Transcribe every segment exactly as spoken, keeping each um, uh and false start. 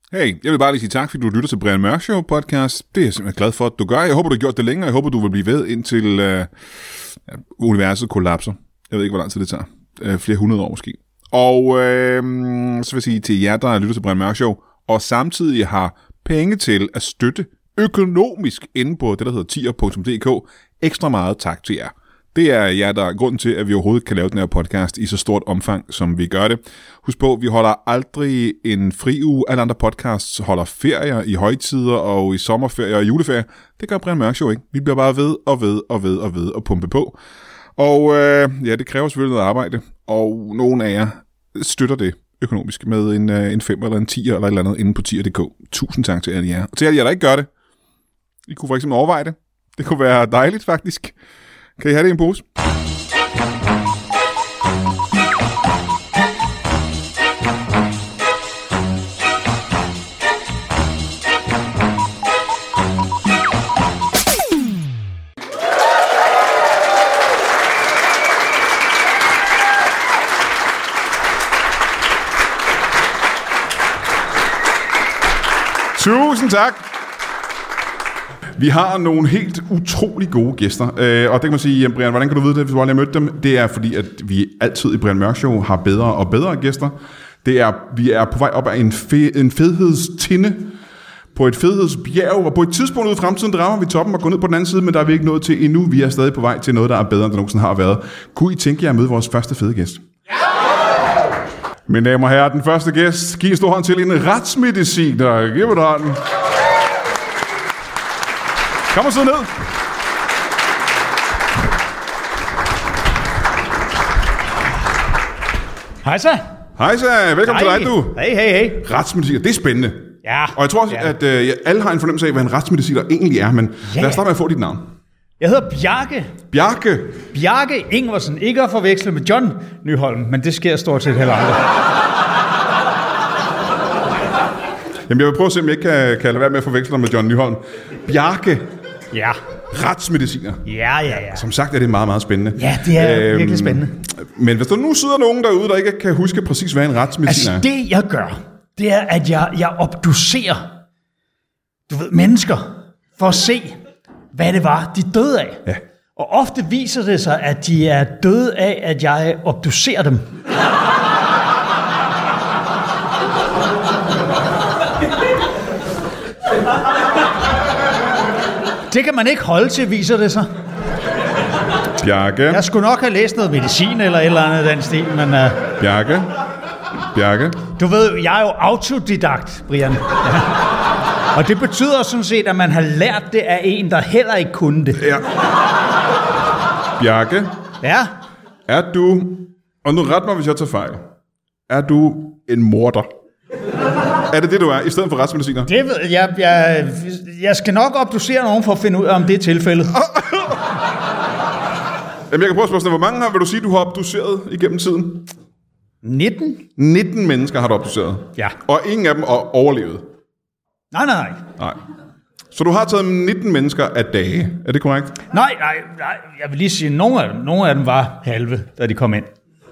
Hey, jeg vil bare lige sige tak, fordi du lytter til Brian Mørk Show podcast. Det er jeg simpelthen glad for, at du gør. Jeg håber, du har gjort det længere. Jeg håber, du vil blive ved, indtil øh, universet kollapser. Jeg ved ikke, hvor lang tid det tager. Øh, flere hundrede år måske. Og øh, så vil jeg sige til jer, der lytter til Brian Mørk Show, og samtidig har penge til at støtte økonomisk inde på det, der hedder tier punktum d k. Ekstra meget tak til jer. Det er jer, der er grunden til, at vi overhovedet kan lave den her podcast i så stort omfang, som vi gør det. Husk på, vi holder aldrig en fri uge. Alle andre podcasts holder ferier i højtider og i sommerferier og juleferier. Det gør Brian Mørk Show ikke. Vi bliver bare ved og ved og ved og ved og pumpe på. Og øh, ja, det kræver selvfølgelig noget arbejde. Og nogle af jer støtter det økonomisk med en, øh, en fem eller en tier eller et eller andet inde på tier punktum d k. Tusind tak til alle jer. Og til alle jer, der ikke gør det. I kunne for eksempel overveje det. Det kunne være dejligt faktisk. Kan I have det i en pose? Tusind tak. Vi har nogle helt utrolig gode gæster, øh, og det kan man sige, Brian, hvordan kan du vide det, hvis du aldrig har mødt dem? Det er fordi, at vi altid i Brian Mørk Show har bedre og bedre gæster. Det er, vi er på vej op af en, fe, en fedhedstinde på et fedhedsbjerg, og på et tidspunkt ude i fremtiden, der rammer vi toppen og går ned på den anden side, men der er vi ikke nået til endnu. Vi er stadig på vej til noget, der er bedre, end der nogensinde har været. Kunne I tænke jer at møde vores første fede gæst? Ja! Mine damer og herrer, den første gæst, giv en stor hånd til en retsmediciner. Giv mig hånden. Kom og sidde ned. Hej så. Hej så. Velkommen Hej. til dig, du. Hej, hej, hej. Retsmediciner, det er spændende. Ja. Og jeg tror også, ja. at øh, alle har en fornemmelse af, hvad en retsmediciner egentlig er, men ja. Lad os starte med at få dit navn. Jeg hedder Bjarke. Bjarke. Bjarke Ingvarsen. Ikke at forveksle med John Nyholm, men det sker stort set heller aldrig. Jamen, jeg vil prøve at se, om jeg ikke kan, kan lade være med at forveksle dig med John Nyholm. Bjarke. Ja. Retsmediciner. Ja, ja, ja. Som sagt er det meget, meget spændende. Ja, det er øhm, virkelig spændende. Men hvis der nu sidder nogen derude, der ikke kan huske præcis, hvad en retsmediciner altså, er. det jeg gør, det er, at jeg, jeg obducerer, du ved, mennesker, for at se, hvad det var, de døde af. Ja. Og ofte viser det sig, at de er døde af, at jeg obducerer dem. Det kan man ikke holde til, viser det sig. Bjarke. Jeg skulle nok have læst noget medicin eller et eller andet i den stil, men... Uh, Bjarke. Bjarke. Du ved, jeg er jo autodidakt, Brian. Ja. Og det betyder sådan set, at man har lært det af en, der heller ikke kunne det. Ja. Bjarke. Ja? Er du... Og nu ret mig, hvis jeg tager fejl. Er du en morder? Er det det, du er, i stedet for retsmediciner? Det ved jeg. Jeg, jeg skal nok obducere nogen for at finde ud af, om det er tilfældet. Jamen, jeg kan prøve at spørge, hvor mange har, vil du sige, du har obduceret igennem tiden? nitten? nitten mennesker har du obduceret? Ja. Og ingen af dem har overlevet? Nej, nej, nej. Nej. Så du har taget nitten mennesker af dage, er det korrekt? Nej, nej, nej. Jeg vil lige sige, at nogle af dem, nogle af dem var halve, da de kom ind.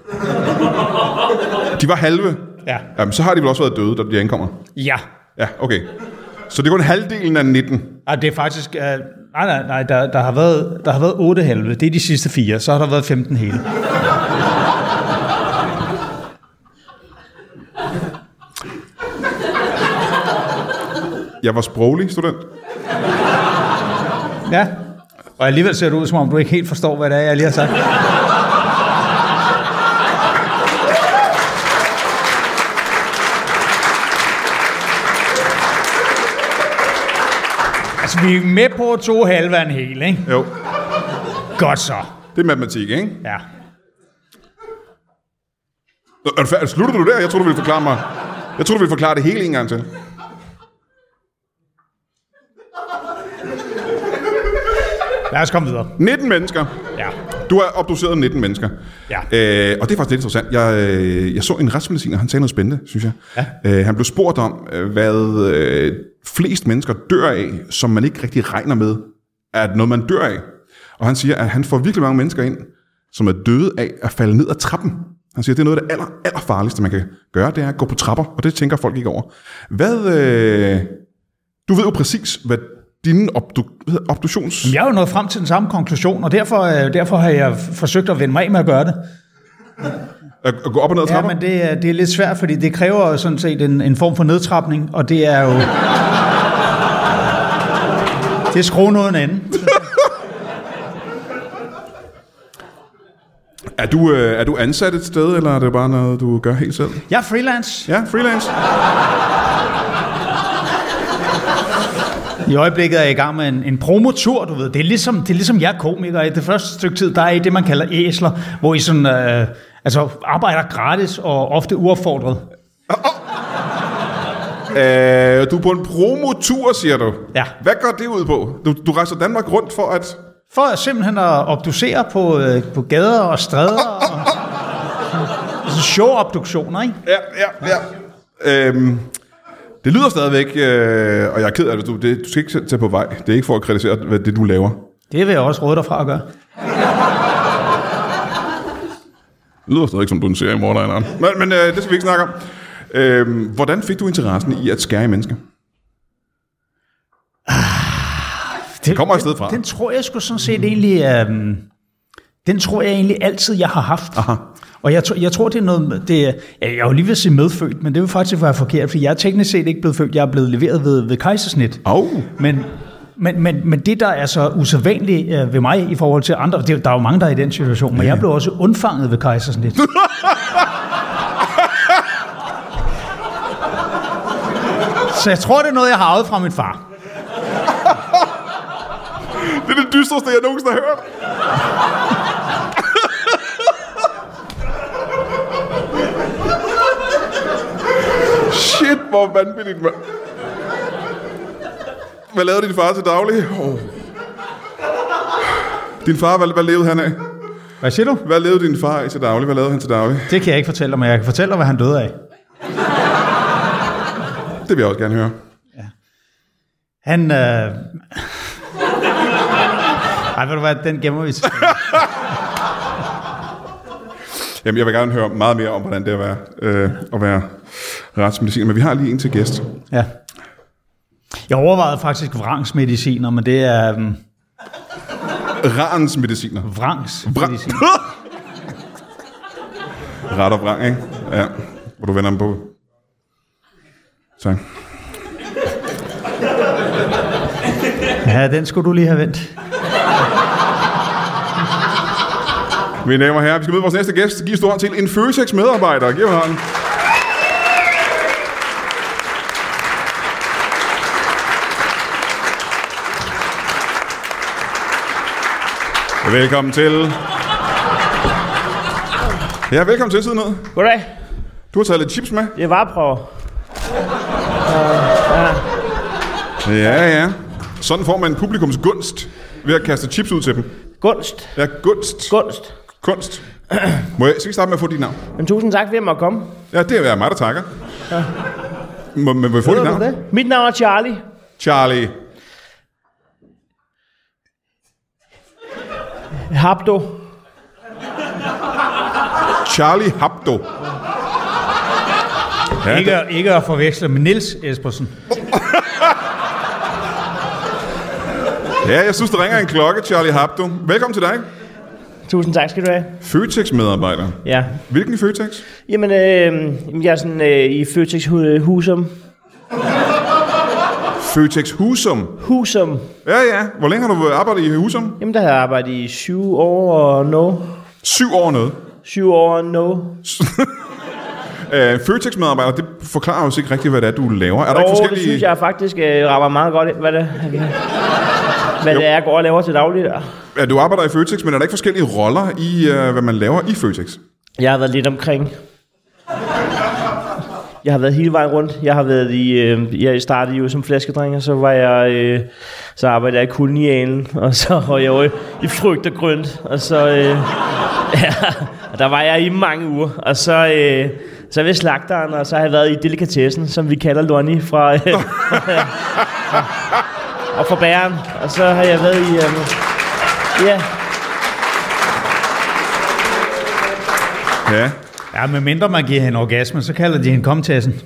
De var halve? Ja. Jamen, så har de vel også været døde, da de ankommer? Ja. Ja, okay. Så det er kun halvdelen af nitten? Ja, det er faktisk... Uh, nej, nej, nej. Der, der, har været, der har været otte halve. Det er de sidste fire. Så har der været femten hele. Jeg var sproglig student. Ja. Og alligevel ser det ud, som om du ikke helt forstår, hvad det er, jeg lige har sagt. Altså, vi er med på at to halve en hel, ikke? Jo. Godt så. Det er matematik, ikke? Ja. Er du færdig? Slutter du der? Jeg tror du ville forklare mig. Jeg tror du ville forklare det hele en gang til. Lad os komme videre. nitten mennesker. Ja. Du har obduceret nitten mennesker. Ja. Øh, og det er faktisk lidt interessant. Jeg, øh, jeg så en retsmediciner, han sagde noget spændende, synes jeg. Ja. Øh, han blev spurgt om, hvad øh, flest mennesker dør af, som man ikke rigtig regner med, at noget man dør af. Og han siger, at han får virkelig mange mennesker ind, som er døde af at falde ned ad trappen. Han siger, det er noget af det aller, aller farligste, man kan gøre, det er at gå på trapper, og det tænker folk ikke over. Hvad, øh, du ved jo præcis, hvad dine obdu- obduktions... Jeg er jo nået frem til den samme konklusion, og derfor, øh, derfor har jeg forsøgt at vende mig af med at gøre det. At gå op og ned ad trapper? Ja, men det er, det er lidt svært, fordi det kræver sådan set en, en form for nedtrapning, og det er jo... det er skruen uden ende. Er du, øh, er du ansat et sted, eller er det bare noget, du gør helt selv? Jeg er freelance. Ja, freelance. I øjeblikket er jeg i gang med en, en promotur, du ved. Det er ligesom, det er ligesom jeg er komiker. I det første stykke tid, der er I det, man kalder æsler, hvor I sådan, øh, altså arbejder gratis og ofte uopfordret. Oh, oh. Øh, du er på en promotur, siger du? Ja. Hvad går det ud på? Du, du rejser Danmark rundt for at... For simpelthen at obducere på, øh, på gader og stræder. Og, altså show-obduktioner, ikke? Ja, ja, ja. Øhm, det lyder stadigvæk, øh, og jeg er ked af det, du, det, du skal ikke tage på vej. Det er ikke for at kritisere, hvad det du laver. Det vil jeg også råde dig fra at gøre. Det lyder stadig som du en serie i morgen, men, men øh, det skal vi ikke snakke om. Øhm, hvordan fik du interessen i at skære i mennesker? Det kommer et sted fra. Den, den tror jeg sgu sådan set egentlig... Øhm, den tror jeg egentlig altid, jeg har haft. Aha. Og jeg, jeg tror, det er noget... Det, jeg er jo lige ved at sige medfødt, men det vil faktisk være forkert, for jeg er teknisk set ikke blevet født. Jeg er blevet leveret ved, ved kejsersnit. Oh. Men, men, men, men det, der er så usædvanligt øh, ved mig i forhold til andre... Det, der er jo mange, der er i den situation, men ja. Jeg blev også undfanget ved kejsersnit. Så jeg tror, det er noget, jeg har arvet fra min far. Det er det dystreste, jeg nogensinde har hørt. Shit, hvor vanvittigt, mand. Hvad lavede din far til daglig? Oh. Din far, hvad, hvad levede han af? Hvad siger du? Hvad levede din far af til daglig? Hvad lavede han til daglig? Det kan jeg ikke fortælle dig, men jeg kan fortælle dig, hvad han døde af. Det vil jeg også gerne høre. Ja. Han... Øh... Ej, ved du hvad, den gemmer vi til. Jamen, jeg vil gerne høre meget mere om, hvordan det er at være, øh, at være retsmediciner, men vi har lige en til gæst. Ja. Jeg overvejede faktisk vrangsmediciner, men det er... Um... Ransmediciner. Vrangsmediciner. Ret og vrang, ikke? Ja. Hvor du vender dem på. Tak. Ja, den skulle du lige have vendt. Mine damer og herrer, vi skal møde vores næste gæst. Giv stor hånd til en Føtex-medarbejder. Giv ham hånden. Velkommen til. Ja, velkommen til siden ned. Goddag. Du har taget lidt chips med. Det er vareprøver. Uh, ja. Ja, ja. Sådan får man en publikums gunst ved at kaste chips ud til dem. Gunst. Ja, gunst. Gunst. Kunst. Må jeg, skal vi starte med at få dit navn? Men tusind tak, for at jeg måtte komme. Ja, det er mig, der takker. Ja. Må, må jeg få dit navn? Det? Mit navn er Charlie. Charlie. Habdo. Charlie Habdo. Ja, ikke, at, ikke at forveksle med Niels Espersen. Ja, jeg synes, der ringer en klokke, Charlie Habdo. Velkommen til dig. Tusind tak skal du have. Føtex-medarbejder. Ja. Hvilken Føtex? Jamen, øh, jeg er sådan øh, i Føtex Husum. Føtex Husum? Husum. Ja, ja. Hvor længe har du arbejdet i Husum? Jamen, der har jeg arbejdet i syv år og no. Syv år noget? Syv år og no. øh, Føtex-medarbejder, det forklarer jo ikke rigtigt, hvad det er, du laver. Er der jo, ikke forskellige... det synes jeg faktisk øh, rammer meget godt ind, hvad det, hvad det er, jeg går og laver til daglig der. Ja, du arbejder i Føtex, men er der ikke forskellige roller i, uh, hvad man laver i Føtex? Jeg har været lidt omkring. Jeg har været hele vejen rundt. Jeg har været i, øh, jeg startede jo som flaskedreng, og så var jeg, øh, så arbejdede jeg i kolonialen, og så var jeg jo i, i frygt og grønt, og så, øh, ja, og der var jeg i mange uger, og så, øh, så ved slagteren, og så har jeg været i delikatessen, som vi kalder Lonnie fra, øh, og fra bæren, og så har jeg været i, øh, ja. Ja. Ja, med mindre man giver hende orgasme, så kalder de hende komtassen.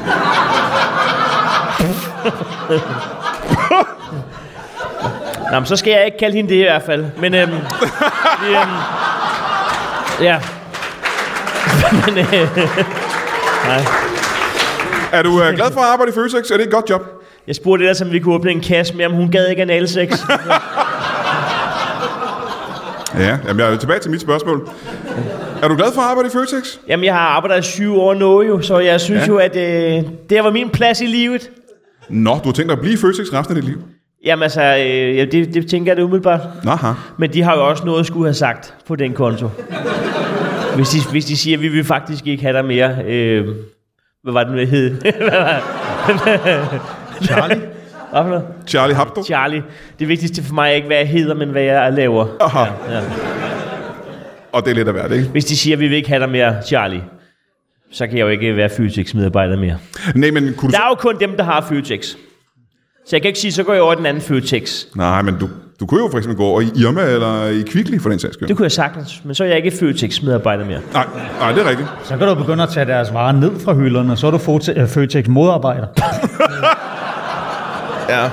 Nå, men så skal jeg ikke kalde hende det i hvert fald. Men, øhm, vi, øhm, ja. men, øh, nej. Er du øh, glad for at arbejde i Føtex? Er det et godt job? Jeg spurgte ellers, om vi kunne åbne en kasse med, om hun gad ikke analsex. Ja, jamen jeg er tilbage til mit spørgsmål. Er du glad for at arbejde i Føtex? Jamen, jeg har arbejdet i syv år nu jo, så jeg synes ja. jo, at øh, det var min plads i livet. Nå, du har tænkt dig at blive i Føtex resten af dit liv? Jamen altså, øh, ja, det, det tænker jeg det umiddelbart. Aha. Men de har jo også noget at skulle have sagt på den konto. Hvis de, hvis de siger, at vi vil faktisk ikke have dig mere. Øh, hvad var det nu, jeg hed? Charlie? Hvad for noget? Charlie Hebdo? Charlie. Det vigtigste for mig er ikke, hvad jeg hedder, men hvad jeg laver. Aha. Ja, ja. Og det er lidt af hvert, ikke? Hvis de siger, at vi vil ikke have dig mere, Charlie, så kan jeg jo ikke være Føtex-medarbejder mere. Nej, men kunne du... Der er jo kun dem, der har Føtex. Så jeg kan ikke sige, så går jeg over den anden Føtex. Nej, men du, du kunne jo for eksempel gå over i Irma eller i Kvickly for den sags skyld. Det kunne jeg sagtens, men så er jeg ikke Føtex-medarbejder mere. Nej, nej, det er rigtigt. Så kan du begynde at tage deres varer ned fra hylderne, og så er du Føtex-modarbejder. Ja.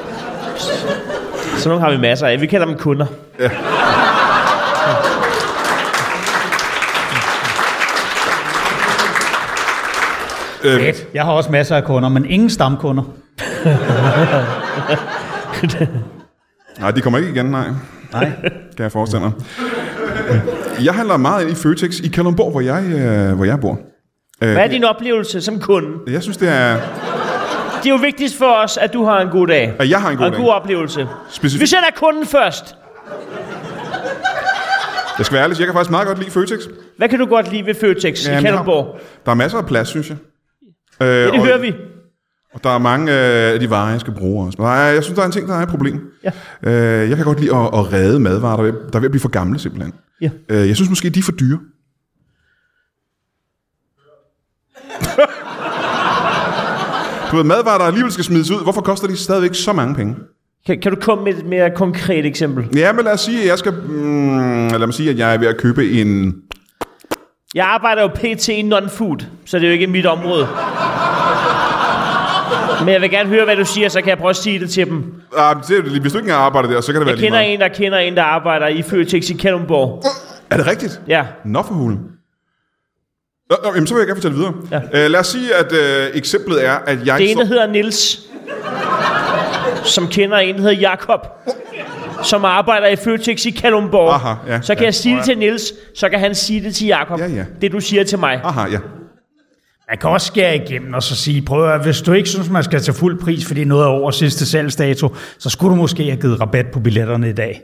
Så nogle har vi masser af. Vi kalder dem kunder. Ja. Fedt. Jeg har også masser af kunder, men ingen stamkunder. Nej, de kommer ikke igen, nej. Nej. Kan jeg forestille mig. Jeg handler meget ind i Føtex i Kalundborg, hvor jeg, øh, hvor jeg bor. Hvad er din oplevelse som kunde? Jeg synes, det er... Det er jo vigtigst for os, at du har en god dag. At jeg har en god og en dag. god oplevelse. Specifikt. Vi sætter kunden først. Jeg skal være ærlig, jeg kan faktisk meget godt lide Føtex. Hvad kan du godt lide ved Føtex Ja, i Kalundborg? Der er masser af plads, synes jeg. Øh, Ja, det og, hører vi. Og der er mange øh, af de varer, jeg skal bruge også. Nej, jeg synes, der er en ting, der er et problem. Ja. Øh, jeg kan godt lide at, at redde madvarer, der er, ved, der er ved at blive for gamle, simpelthen. Ja. Øh, jeg synes måske, de er for dyre. Du ved, madvarer, der alligevel skal smides ud, hvorfor koster de stadigvæk så mange penge? Kan, kan du komme med et mere konkret eksempel? Ja, men lad os sige, at jeg skal... Mm, lad mig sige, at jeg er ved at købe en... Jeg arbejder jo pt. i non-food, så det er jo ikke mit område. Men jeg vil gerne høre, hvad du siger, så kan jeg prøve at sige det til dem. Ah, det, hvis du ikke har arbejdet der, så kan det Jeg være lige kender meget. en, der kender en, der arbejder i Føtex i Kalundborg. Er det rigtigt? Ja. Nå for hulen. Nå, nå, jamen, så vil jeg gerne fortælle videre. Ja. Uh, lad os sige, at uh, eksemplet er, at jeg... Det ene så... hedder Nils, som kender en, der hedder Jakob, som arbejder i Føtex i Kalundborg. Aha, ja, så kan ja. jeg sige det til Nils, så kan han sige det til Jakob. Ja, ja. Det du siger til mig. Aha, ja. Man kan også skære igennem og så sige, prøv at, hvis du ikke synes, man skal tage fuld pris, fordi noget er over sidste salgsdato, så skulle du måske have givet rabat på billetterne i dag.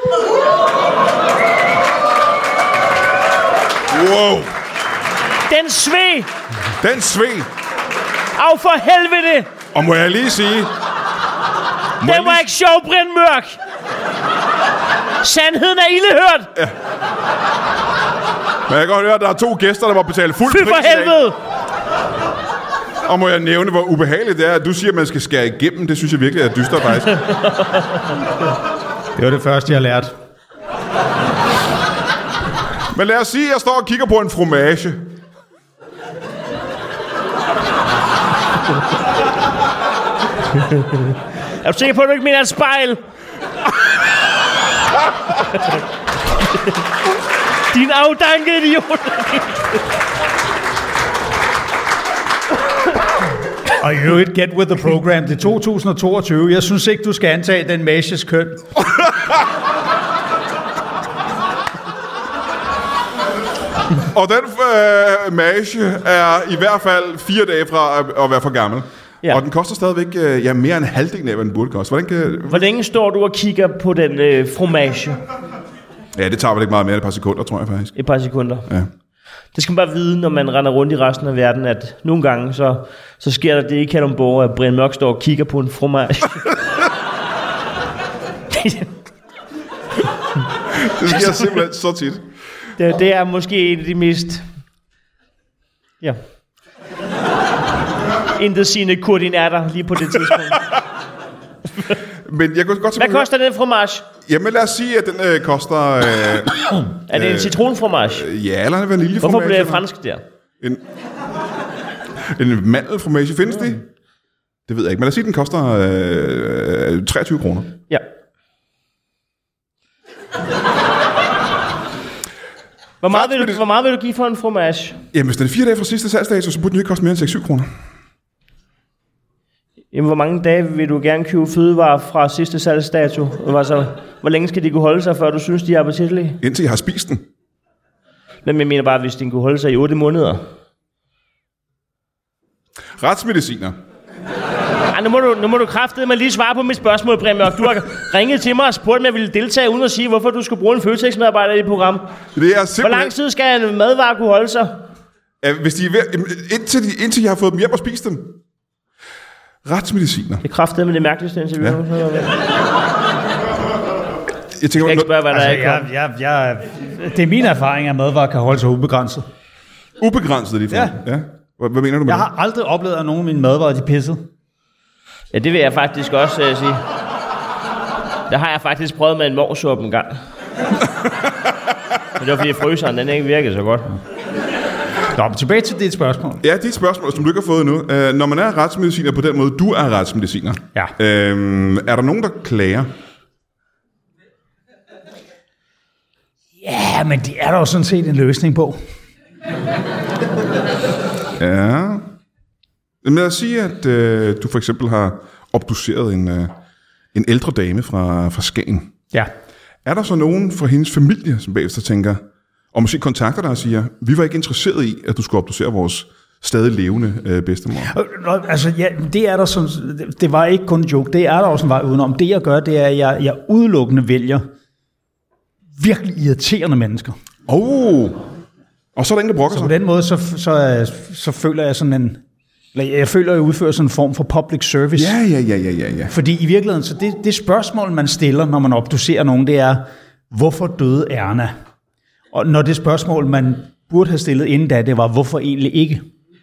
Wow. Den sved! Den sved. Af for helvede! Og må jeg lige sige... Må Den var lige... ikke sjov, Brian Mørk! Sandheden er ildehørt! Ja. Men jeg kan godt høre, at der er to gæster, der må betale fuld Fy pris for i dag. helvede! Og må jeg nævne, hvor ubehageligt det er, at du siger, at man skal skære igennem. Det synes jeg virkelig er dystert, faktisk. Det var det første, jeg lærte. Men lad os sige, at jeg står og kigger på en fromage. Er du sikker på, at du ikke mener et spejl? Din afdankede idiot! Og i øvrigt, get with the program. Det er to tusind og toogtyve. Jeg synes ikke, du skal antage den mages køn. Og den øh, mage er i hvert fald fire dage fra at, at være for gammel. Ja. Og den koster stadigvæk øh, ja, mere end halvdelen af, hvad den burde koste. Hvordan kan... Hvor længe står du og kigger på den øh, fromage? Ja, det tager vel ikke meget mere end et par sekunder, tror jeg faktisk. Et par sekunder. Ja. Det skal man bare vide, når man render rundt i resten af verden, at nogle gange, så, så sker der det i Kalundborg, at Brian Mørk står og kigger på en fromage. Det sker simpelthen så tit. det, det er måske en af de mest... Ja. Intet sine koordinater lige på det tidspunkt. Men jeg kunne godt tænke Hvad mig at koster den fromage? Jamen lad os sige, at den øh, koster... Øh, Er det en citronfromage? ja, eller en vaniljefromage. Hvorfor bliver det fransk der? En, en mandelfromage, findes det? Det ved jeg ikke, men lad os sige, at den koster øh, treogtyve kroner. Ja. Hvor meget, vil du, hvor meget vil du give for en fromage? Jamen, hvis den er fire dage fra sidste salgsdato, så burde den ikke koste mere end seks syv kroner. Jamen, hvor mange dage vil du gerne købe fødevarer fra sidste salgsdato? Altså, hvor længe skal de kunne holde sig, før du synes, de er appetitlige? Indtil jeg har spist den. Men jeg mener bare, hvis de kunne holde sig i otte måneder. Retsmediciner. Ej, nu må du, nu må du kraftedeme lige svare på mit spørgsmål, Brian Mørk. Du har ringet til mig og spurgt, om jeg ville deltage, uden at sige, hvorfor du skulle bruge en Føtex-medarbejder i et program. Det er simpelthen... Hvor lang tid skal en madvare kunne holde sig? Hvis de er ved, indtil, de, indtil jeg har fået dem hjem og spist dem. Retsmediciner. Det er kraftedeme det mærkeligste interview. Ja. Jeg tænker, Jeg kan ikke spørge, hvad der Altså, er i jeg, kom. jeg, jeg, det er min erfaring, at madvarer kan holde sig ubegrænset. Ubegrænset lige for. Ja. ja. Hvad, hvad mener du med Jeg det? har aldrig oplevet, at nogen af mine madvarer de pissede. Ja, det vil jeg faktisk også uh, sige. Det har jeg faktisk prøvet med en morsuppe en gang. Men det var fordi fryseren, den ikke virkede så godt. Nå, men tilbage til dit spørgsmål. Ja, det er et spørgsmål, som du ikke har fået endnu. Uh, når man er retsmediciner på den måde, du er retsmediciner. Ja. Uh, er der nogen, der klager? Ja, men det er der jo sådan set en løsning på. Ja. Men lad os sige, at øh, du for eksempel har obduceret en, øh, en ældre dame fra, fra Skagen. Ja. Er der så nogen fra hendes familie, som bagefter tænker, og måske kontakter dig og siger, vi var ikke interesseret i, at du skulle obducere vores stadig levende øh, bedstemor? Nå, altså, ja, det er der sådan, det var ikke kun en joke, det er der også en vej udenom. Det jeg gør, det er, at jeg, jeg udelukkende vælger virkelig irriterende mennesker. Oh. Og så er der ingen, der brokker Så sig. på den måde, så, så, så føler jeg sådan en... Jeg føler, at jeg udfører sådan en form for public service. Ja, ja, ja, ja, ja, ja. Fordi i virkeligheden, så det, det spørgsmål, man stiller, når man obducerer nogen, det er, hvorfor døde Erna? Og når det spørgsmål, man burde have stillet inden da, det var, hvorfor egentlig ikke?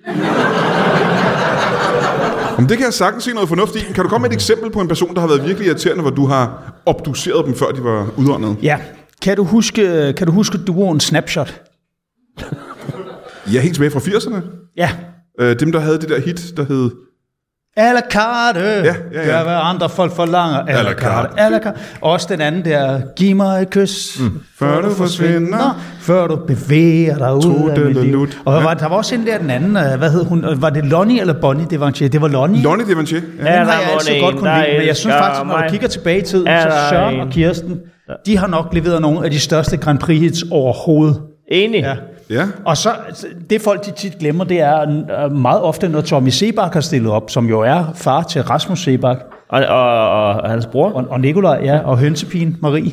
Jamen, det kan jeg sagtens se noget fornuft i. Kan du komme med et eksempel på en person, der har været virkelig irriterende, hvor du har obduceret dem, før de var udåndet? Ja. Kan du huske, kan du huske duoen Snapshot? Ja, helt tilbage fra firserne. Ja. Øh, dem, der havde det der hit, der hed... A la carte. Ja, ja, ja. Gør, hvad andre folk forlanger. A la carte. A la carte. Også den anden der, giv mig et kys, mm. Før du forsvinder. før du bevæger dig ud af mit liv. Lut. Og var, der var også en der, den anden, hvad hed hun? Var det Lonnie eller Bonnie Devanchier? Det var Lonnie. Lonnie Devanchier. Ja. Ja, den har jeg altid godt kunne lide, men jeg synes faktisk, når du kigger tilbage i tiden, så Søren og Kirsten, de har nok leveret nogle af de største Grand Prix hits overhovedet. Enig. Ja. Ja. Og så, det folk de tit glemmer, det er meget ofte, når Tommy Sebak har stillet op, som jo er far til Rasmus Sebak. Og, og, og hans bror. Og, og Nikolaj, ja, og hønsepigen Marie.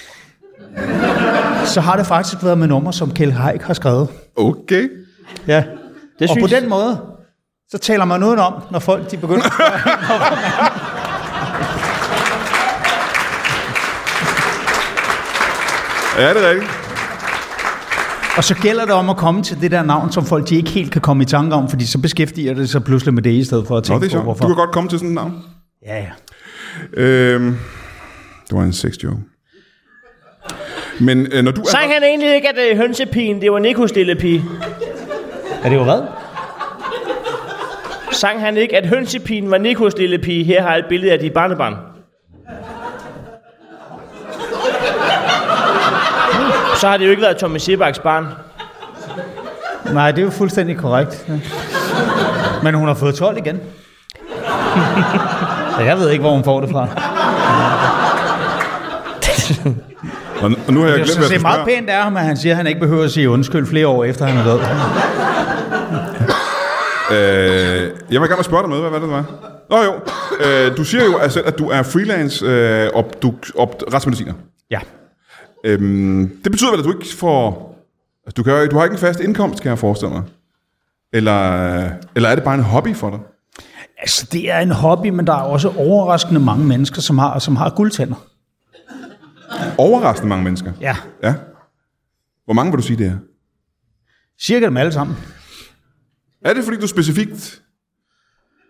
Så har det faktisk været med nummer, som Kjeld Haik har skrevet. Okay. Ja. Det og synes... på den måde, så taler man noget om, når folk de begynder at Ja, det er rigtigt. Og så gælder det om at komme til det der navn, som folk de ikke helt kan komme i tanke om, fordi så beskæftiger det sig pludselig med det, i stedet for at tænke Nå, det er på, sjovt. hvorfor. Du kan godt komme til sådan et navn. Ja, ja. Øhm, det var en sex-joke. Men øh, når du er... Sang han egentlig ikke, at uh, hønsepigen, det var Nikos lille pige? Er det jo hvad? Sang han ikke, at hønsepigen var Nikos lille pige? Her har jeg et billede af dit barnebarn. Så har det jo ikke været Tommy Sebaks barn. Nej, det er jo fuldstændig korrekt. Ja. Men hun har fået tolv igen. Så jeg ved ikke, hvor hun får det fra. Og, og nu har jeg Det glemt, hvad ser jeg meget spørge. pænt af ham, at han siger, at han ikke behøver at sige undskyld flere år efter, han er død. Øh, jeg var i gang med at spørge dig med, hvad var det, det var? Nå jo, øh, du siger jo altså, at du er freelance øh, obduk, ob, retsmediciner. Ja. Øhm, det betyder vel, at du ikke får... Altså, du, kan, du har ikke en fast indkomst, kan jeg forestille mig. Eller, eller er det bare en hobby for dig? Altså, det er en hobby, men der er også overraskende mange mennesker, som har, som har guldtænder. Overraskende mange mennesker? Ja. Ja. Hvor mange vil du sige, det er? Cirka dem alle sammen. Er det, fordi du specifikt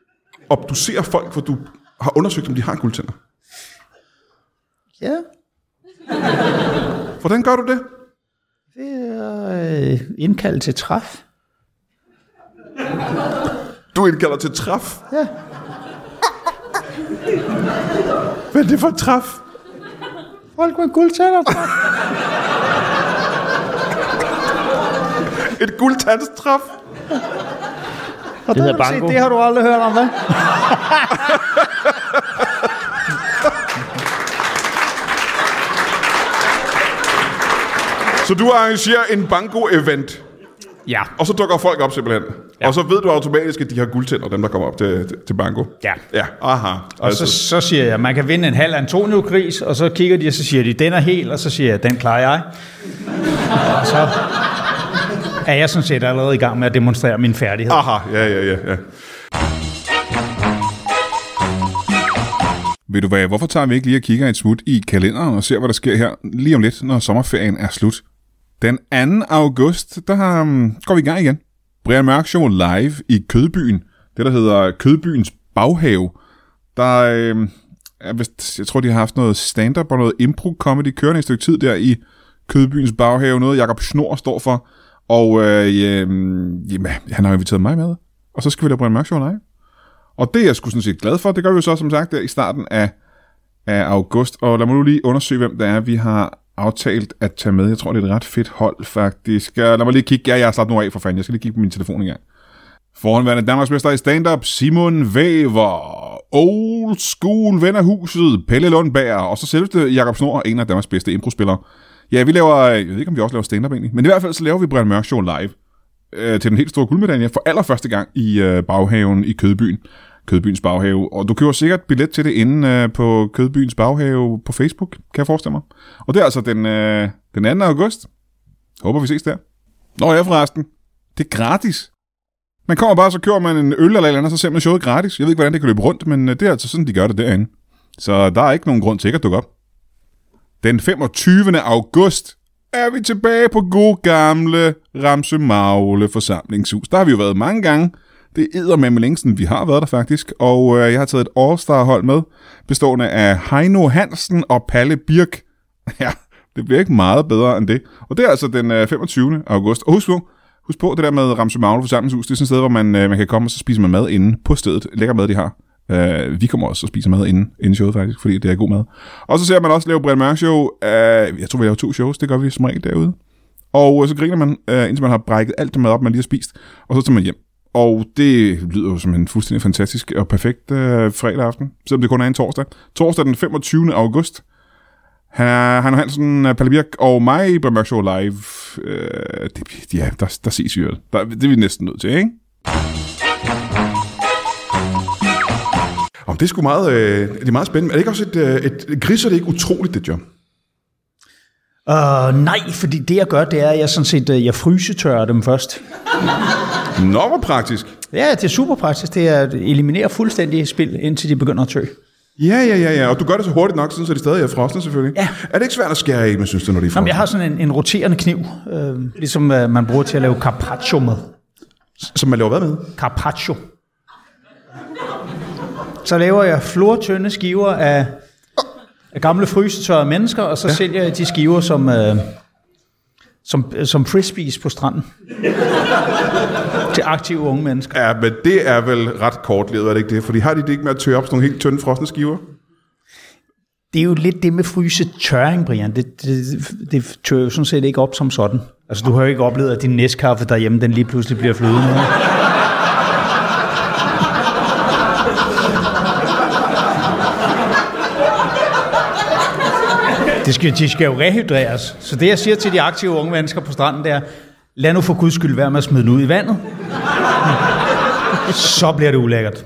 obducerer folk, hvor du har undersøgt, om de har guldtænder? Ja. Hvordan gør du det? Det er øh, indkaldt til træf. Du indkalder til træf? Ja. Hvad er det for et træf? Folk med guldtænder. Et guldtandstræf? Og Det det, hedder banko. se, det har du aldrig hørt om, hvad? Så du arrangerer en banko-event, Ja. og så dukker folk op simpelthen. Ja. Og så ved du automatisk, at de har guldtænder, dem der kommer op til, til, til banko. Ja. Ja, aha. Og så, så siger jeg, at man kan vinde en halv Antonio-gris, og så kigger de, og så siger de, den er hel, og så siger jeg, den klarer jeg. Og så er jeg sådan set allerede i gang med at demonstrere min færdighed. Aha, ja, ja, ja, ja. Ved du hvad, hvorfor tager vi ikke lige og kigger et smut i kalenderen og ser, hvad der sker her lige om lidt, når sommerferien er slut? Den anden august, der um, går vi i gang igen. Brian Mørk Show live i Kødbyen. Det, der hedder Kødbyens Baghave. Der øh, er vist, jeg tror, de har haft noget stand-up og noget impro-comedy kørende et stykke tid der i Kødbyens Baghave. Noget Jakob Snor står for. Og øh, øh, jamen, han har inviteret mig med. Og så skal vi da Brian Mørk Show live. Og det er jeg sgu sådan set glad for. Det gør vi jo så, som sagt, der i starten af, af august. Og lad mig nu lige undersøge, hvem det er, vi har aftalt at tage med. Jeg tror, det er et ret fedt hold, faktisk. Lad mig lige kigge. Ja, jeg har slappet nu af for fanden. Jeg skal lige kigge på min telefon igen. Forhåndværende Danmarksmester i stand-up, Simon Væver. Old school ven af huset, Pelle Lundberg. Og så selveste Jakob Snor, en af Danmarks bedste impro-spillere. Ja, vi laver, jeg ved ikke, om vi også laver stand-up egentlig. Men i hvert fald så laver vi Brian Mørk Show live. Øh, til den helt store guldmedalje for allerførste gang i øh, baghaven i Kødbyen. Kødbyens Baghave. Og du køber sikkert billet til det inde øh, på Kødbyens Baghave på Facebook, kan jeg forestille mig. Og det er altså den, øh, den anden august. Håber vi ses der. Nå ja, forresten. Det er gratis. Man kommer bare, så køber man en øl eller eller andet, så ser man showet gratis. Jeg ved ikke, hvordan det kan løbe rundt, men øh, det er altså sådan, de gør det derinde. Så der er ikke nogen grund til ikke at dukke op. Den femogtyvende august er vi tilbage på god gamle Ramsø-Magle forsamlingshus. Der har vi jo været mange gange. Det er eddermame længsten, vi har været der faktisk. Og øh, jeg har taget et All-Star-hold med, bestående af Heino Hansen og Palle Birk. Ja, det bliver ikke meget bedre end det. Og det er altså den øh, femogtyvende august. Og husk på, husk på det der med Ramsø-Magle forsamlingshus. Det er sådan et sted, hvor man, øh, man kan komme og så spise man mad inde på stedet. Lækker mad, de har. Uh, vi kommer også og spiser mad inden, inden showet faktisk, fordi det er god mad. Og så ser man også lave Brian Mørk Show. Uh, jeg tror, vi laver to shows, det gør vi som regel derude. Og uh, så griner man, uh, indtil man har brækket alt det mad op, man lige har spist. Og så tager man hjem. Og det lyder jo som en fuldstændig fantastisk og perfekt uh, fredag aften, selvom det kun er en torsdag. Torsdag den femogtyvende august. Heino Hansen, Palle Birk og mig i Brian Mørk Show live. Uh, det, ja, der, der ses vi jo. Der, det er vi næsten nødt til, ikke? Og det er sgu meget, øh, det er meget spændende. Er det ikke også et, øh, et, et gris, er det ikke utroligt, det job? Uh, nej, fordi det jeg gør, det er, at jeg sådan set, jeg frysetørrer dem først. Nå, hvor praktisk. Ja, det er super praktisk. Det er at eliminere fuldstændig spil, indtil de begynder at tø. Ja, ja, ja, ja. Og du gør det så hurtigt nok, så de stadig er frosne selvfølgelig. Ja. Er det ikke svært at skære i, men synes du, når de er frosne? Jamen, jeg har sådan en, en roterende kniv, øh, ligesom øh, man bruger til at lave carpaccio med. Som man laver hvad med? Carpaccio. Så laver jeg flortynde skiver af, af gamle frysetørrede mennesker, og så ja. sælger jeg de skiver som, øh, som, som frisbees på stranden. Til aktive unge mennesker. Ja, men det er vel ret kortlevet, er det ikke det? Fordi har de det ikke med at tørre op sådan nogle helt tynde frosne skiver? Det er jo lidt det med frysetørring, Brian. Det, det, det tør jo sådan set ikke op som sådan. Altså, du har jo ikke oplevet, at din næstkaffe derhjemme, den lige pludselig bliver flydende. Det skal, de skal jo rehydreres. Så det, jeg siger til de aktive unge mennesker på stranden, det er, lad nu for guds skyld være med at smide den ud i vandet. Så bliver det ulækkert.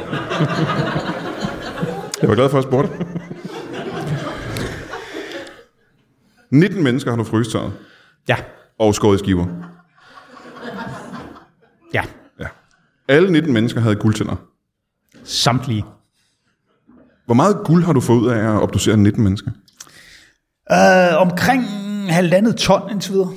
Jeg var glad for at spørge dig. nitten mennesker har du frysetørret. Ja. Og skåret i skiver. Ja. Ja. Alle nitten mennesker havde guldtænder. Samtlige. Hvor meget guld har du fået ud af at obducere nitten mennesker? Uh, omkring halvandet ton indtil videre.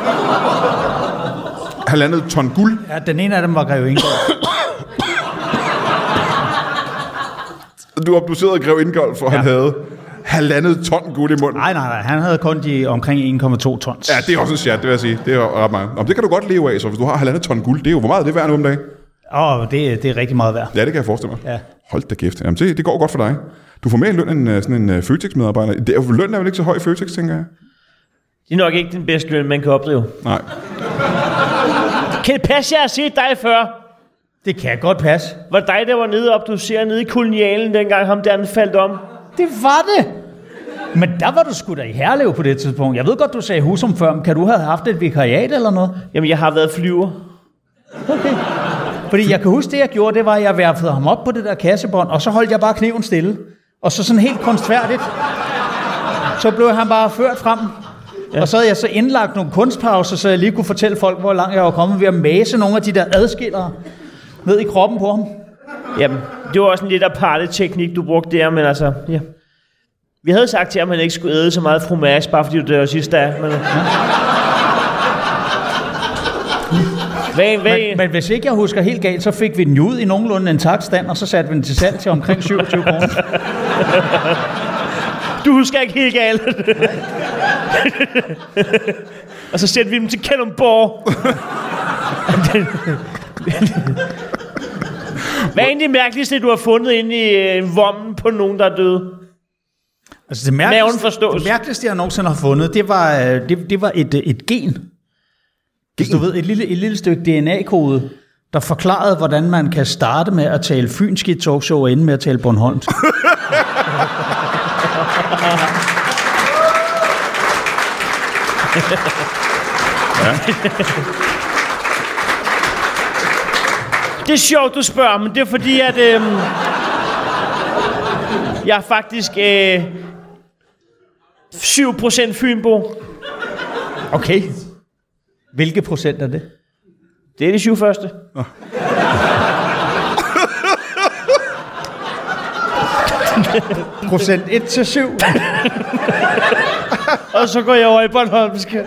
Halvandet ton guld? Ja, den ene af dem var Grev Ingolf. Du obducerede Grev Ingolf, for ja. Han havde halvandet ton guld i munden. Nej, nej, nej. Han havde kun de omkring en komma to tons. Ja, det er også en chat, det vil jeg sige. Det er ret meget. Om det kan du godt leve af, så hvis du har halvandet ton guld, det er jo, hvor meget er det værd nu om dagen? Åh, oh, det, det er rigtig meget værd. Ja, det kan jeg forestille mig. Ja. Hold da kæft. Jamen, det, det går godt for dig. Du får mere i løn end sådan en uh, Føtex-medarbejder. Det er jo, lønnen er vel ikke så høj i Føtex, tænker jeg? Det er nok ikke den bedste løn, man kan opdrive. Nej. Kan det passe, jeg har set dig før? Det kan godt passe. Var det dig, der var nede op, du ser nede i kolonialen, dengang ham der faldt om? Det var det. Men der var du sgu da i Herlev på det tidspunkt. Jeg ved godt, du sagde Husum før, men kan du have haft et vikariat eller noget? Jamen, jeg har været flyver. Okay. Fordi jeg kan huske, det jeg gjorde, det var, at jeg værfede ham op på det der kassebånd, og så holdt jeg bare kniven stille. Og så sådan helt kunstfærdigt, så blev han bare ført frem. Ja. Og så havde jeg så indlagt nogle kunstpauser, så jeg lige kunne fortælle folk, hvor langt jeg var kommet ved at mase nogle af de der adskillere ned i kroppen på ham. Jamen, det var også en lidt aparte teknik, du brugte der, men altså, ja. Vi havde sagt til ham, at han ikke skulle æde så meget fromage, bare fordi du dør sidste dag. Men... Ja. Hvad, hvad? Men, men hvis ikke jeg husker helt galt, så fik vi den ud i nogenlunde en taktstand, og så satte vi den til salg til omkring syvogtyve kroner. Du husker ikke helt galt. Og så sætter vi dem til Kalundborg. Hvad er egentlig mærkeligste, du har fundet inde i en vommen på nogen, der er døde? Altså det mærkeligste, det mærkeligste, jeg nogensinde har fundet, det var, det, det var et, et gen. Du ved, et lille, et lille stykke D N A-kode, der forklarede, hvordan man kan starte med at tale fynsk i et talkshow og ende med at tale bornholmsk. Ja. Det er sjovt, du spørger, men det er fordi, at øh, jeg er faktisk øh, syv procent fynbo. Okay. Hvilke procent er det? Det er de syv første. Oh. Procent et til syv. Og så går jeg over i bornholmsk. Det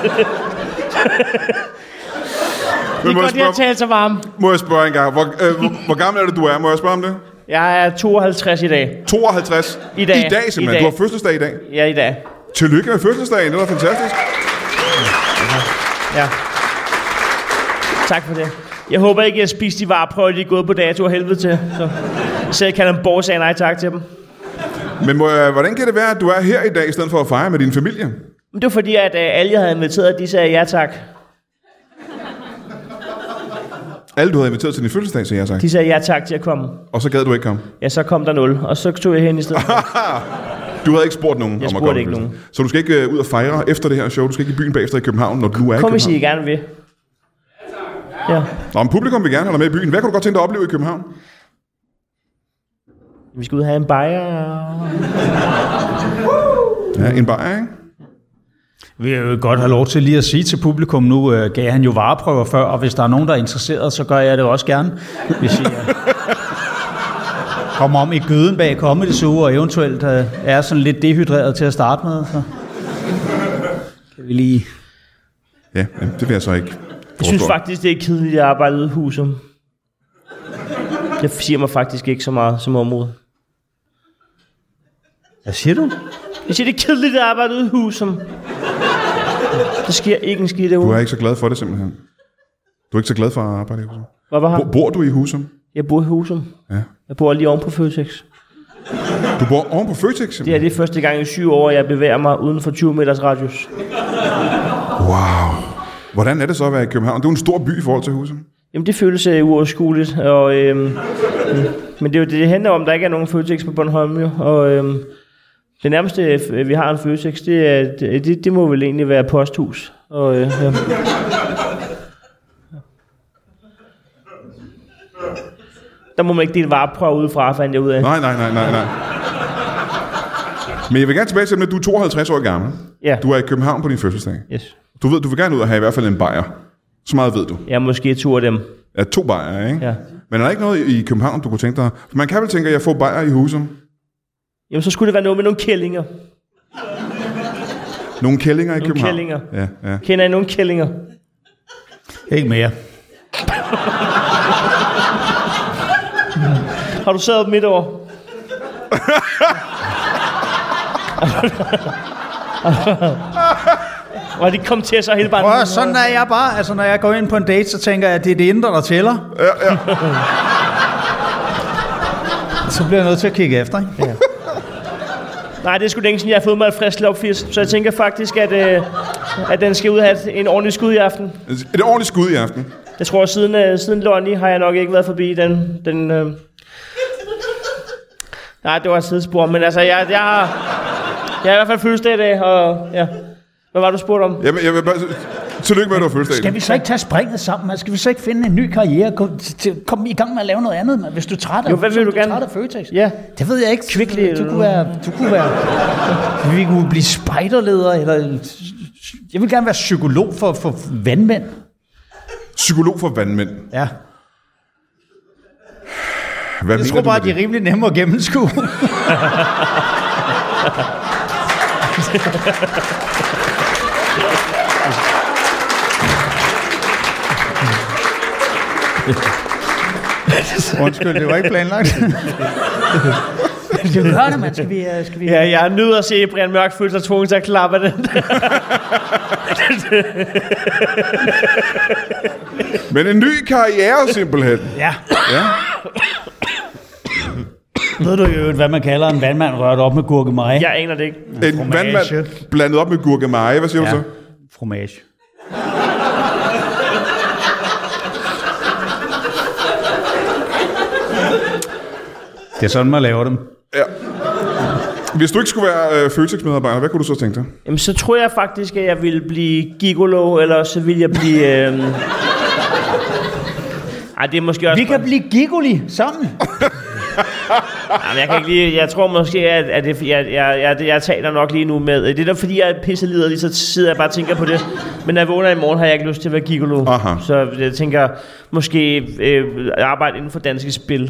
er godt, jeg har talt så varme. Må jeg spørge en gang, hvor, øh, hvor, hvor gammel er det, du er? Må jeg spørge om det? Jeg er tooghalvtreds i dag. tooghalvtreds? I dag. I dag simpelthen? I dag. Du har fødselsdag i dag? Ja, i dag. Tillykke med fødselsdagen, det var fantastisk. Ja. Tak for det. Jeg håber ikke, at jeg spiste de vareprøver, de er gået på dato og helvede til. Så, så jeg kan dem borg sige nej tak til dem. Men må jeg, hvordan kan det være, at du er her i dag, i stedet for at fejre med din familie? Det var fordi, at uh, alle, jeg havde inviteret, de sagde ja tak. Alle, du havde inviteret til din fødselsdag, sagde ja tak? De sagde ja tak til at komme. Og så gad du ikke komme? Ja, så kom der nul, og så tog jeg hen i stedet. Du havde ikke spurgt nogen jeg om at komme? Ikke nogen. Så du skal ikke uh, ud og fejre efter det her show? Du skal ikke i byen bagefter i København, når du er i København? Kom, hvis I gerne vil. Ja. Nå, men publikum vil gerne holde med i byen. Hvad kunne du godt tænke dig at opleve i København? Vi skal ud og have en bajer. Ja, en bajer, ikke? Vi vil jo godt have lov til lige at sige til publikum, nu uh, gav han jo vareprøver før, og hvis der er nogen, der er interesseret, så gør jeg det også gerne. Hvis I uh, kommer om i gøden bag Comedy Zoo, og eventuelt uh, er sådan lidt dehydreret til at starte med, så kan vi lige... Ja, det vil jeg så ikke. Jeg synes faktisk, det er kedeligt at arbejde ude i Husum. Det siger mig faktisk ikke så meget som område. Hvad siger du? Jeg siger, det er kedeligt at arbejde ude i Husum. Der sker ikke en skid derude. Du er ikke så glad for det simpelthen. Du er ikke så glad for at arbejde i Husum. Hvad var Bo, bor du i Husum? Jeg bor i Husum. Ja. Jeg bor lige oven på Føtex. Du bor oven på Føtex simpelthen? Det er det første gang i syv år, jeg bevæger mig uden for tyve meters radius. Wow. Hvordan er det så at være i København? Det er jo en stor by i forhold til Husum. Jamen, det føles uh, uoverskueligt. Og, øhm, men det er jo det, det handler om, der ikke er nogen Føtex på Bornholm. Jo. Og øhm, det nærmeste, vi har en Føtex, det, er, det, det må vel egentlig være posthus. Og, øh, ja. Der må man ikke dele vareprøver udefra, fandt jeg ud af. Nej, nej, nej, nej, nej. Men jeg vil gerne tilbage til, at du er tooghalvtreds år gammel. Ja. Du er i København på din fødselsdag. Yes. Du ved, du vil gerne ud og have i hvert fald en bajer. Så meget ved du. Ja, måske to af dem. Ja, to bajer, ikke? Ja. Men er der ikke noget i København, du kunne tænke dig? For man kan vel tænke, at jeg får bajer i Husum. Jamen, så skulle det være noget med nogle kællinger. Nogle kællinger i nogle København? Kællinger. Ja, ja. Kender I nogle kællinger? Ikke mere. Har du sad midt over? Og de kom til så hele barnet. Prøv, sådan er jeg bare. Altså, når jeg går ind på en date, så tænker jeg, at det er det indre, der tæller. Ja, ja. Så bliver jeg nødt til at kigge efter, ikke? Ja. Nej, det er sgu længe siden, jeg har fået mig et frisk lopfisk. Så jeg tænker faktisk, at, øh, at den skal ud og have en ordentlig skud i aften. Et ordentligt skud i aften. Jeg tror, siden, øh, siden Lonnie har jeg nok ikke været forbi den... den øh... Nej, det var et sidespor, men altså, jeg, jeg har... Jeg har i hvert fald fødselsdag i dag, og ja... Hvad var du spurgt om? Jamen, jeg vil bare... Tillykke med, at du har fødselsdag. Skal vi så ikke tage springet sammen? Man? Skal vi så ikke finde en ny karriere? Kom, kom i gang med at lave noget andet, man. Hvis du er træt af, jo, hvad vil du, du gerne? Træt af Føtex. Ja. Det ved jeg ikke. Kvickly. Du kunne være... Du kunne være... Vi kunne blive spejderleder, eller... Jeg vil gerne være psykolog for, for vandmænd. Psykolog for vandmænd. Ja. Hvad jeg tror bare, at de er rimelig nemme at gennemskue. Undskyld, det var ikke planlagt. Skal vi gøre det, man? Skal vi, uh, skal vi... Ja, jeg er nødt at se Brian Mørk føle sig tvunget til at klappe den. Men en ny karriere, simpelthen. Ja. Ja. Ved du jo, hvad man kalder en vandmand rørt op med gurkemeje? Jeg aner det ikke. En Fromage. vandmand blandet op med gurkemeje. Hvad siger Ja. du så? Fromage. Det er sådan, man laver dem. Ja. Hvis du ikke skulle være øh, Føtex-medarbejder, hvad kunne du så tænke dig? Jamen, så tror jeg faktisk, at jeg ville blive gigolo, eller så ville jeg blive... Øh... Ej, det er måske også... Vi kan blive gigoli sammen. Jamen, jeg kan ikke lige... Jeg tror måske, at, at det, jeg, jeg, jeg, jeg taler nok lige nu med... Det er da fordi, jeg er pisseliderlig, så sidder jeg bare og tænker på det. Men når jeg vågner i morgen, har jeg ikke lyst til at være gigolo. Aha. Så jeg tænker, måske øh, arbejde inden for danske spil.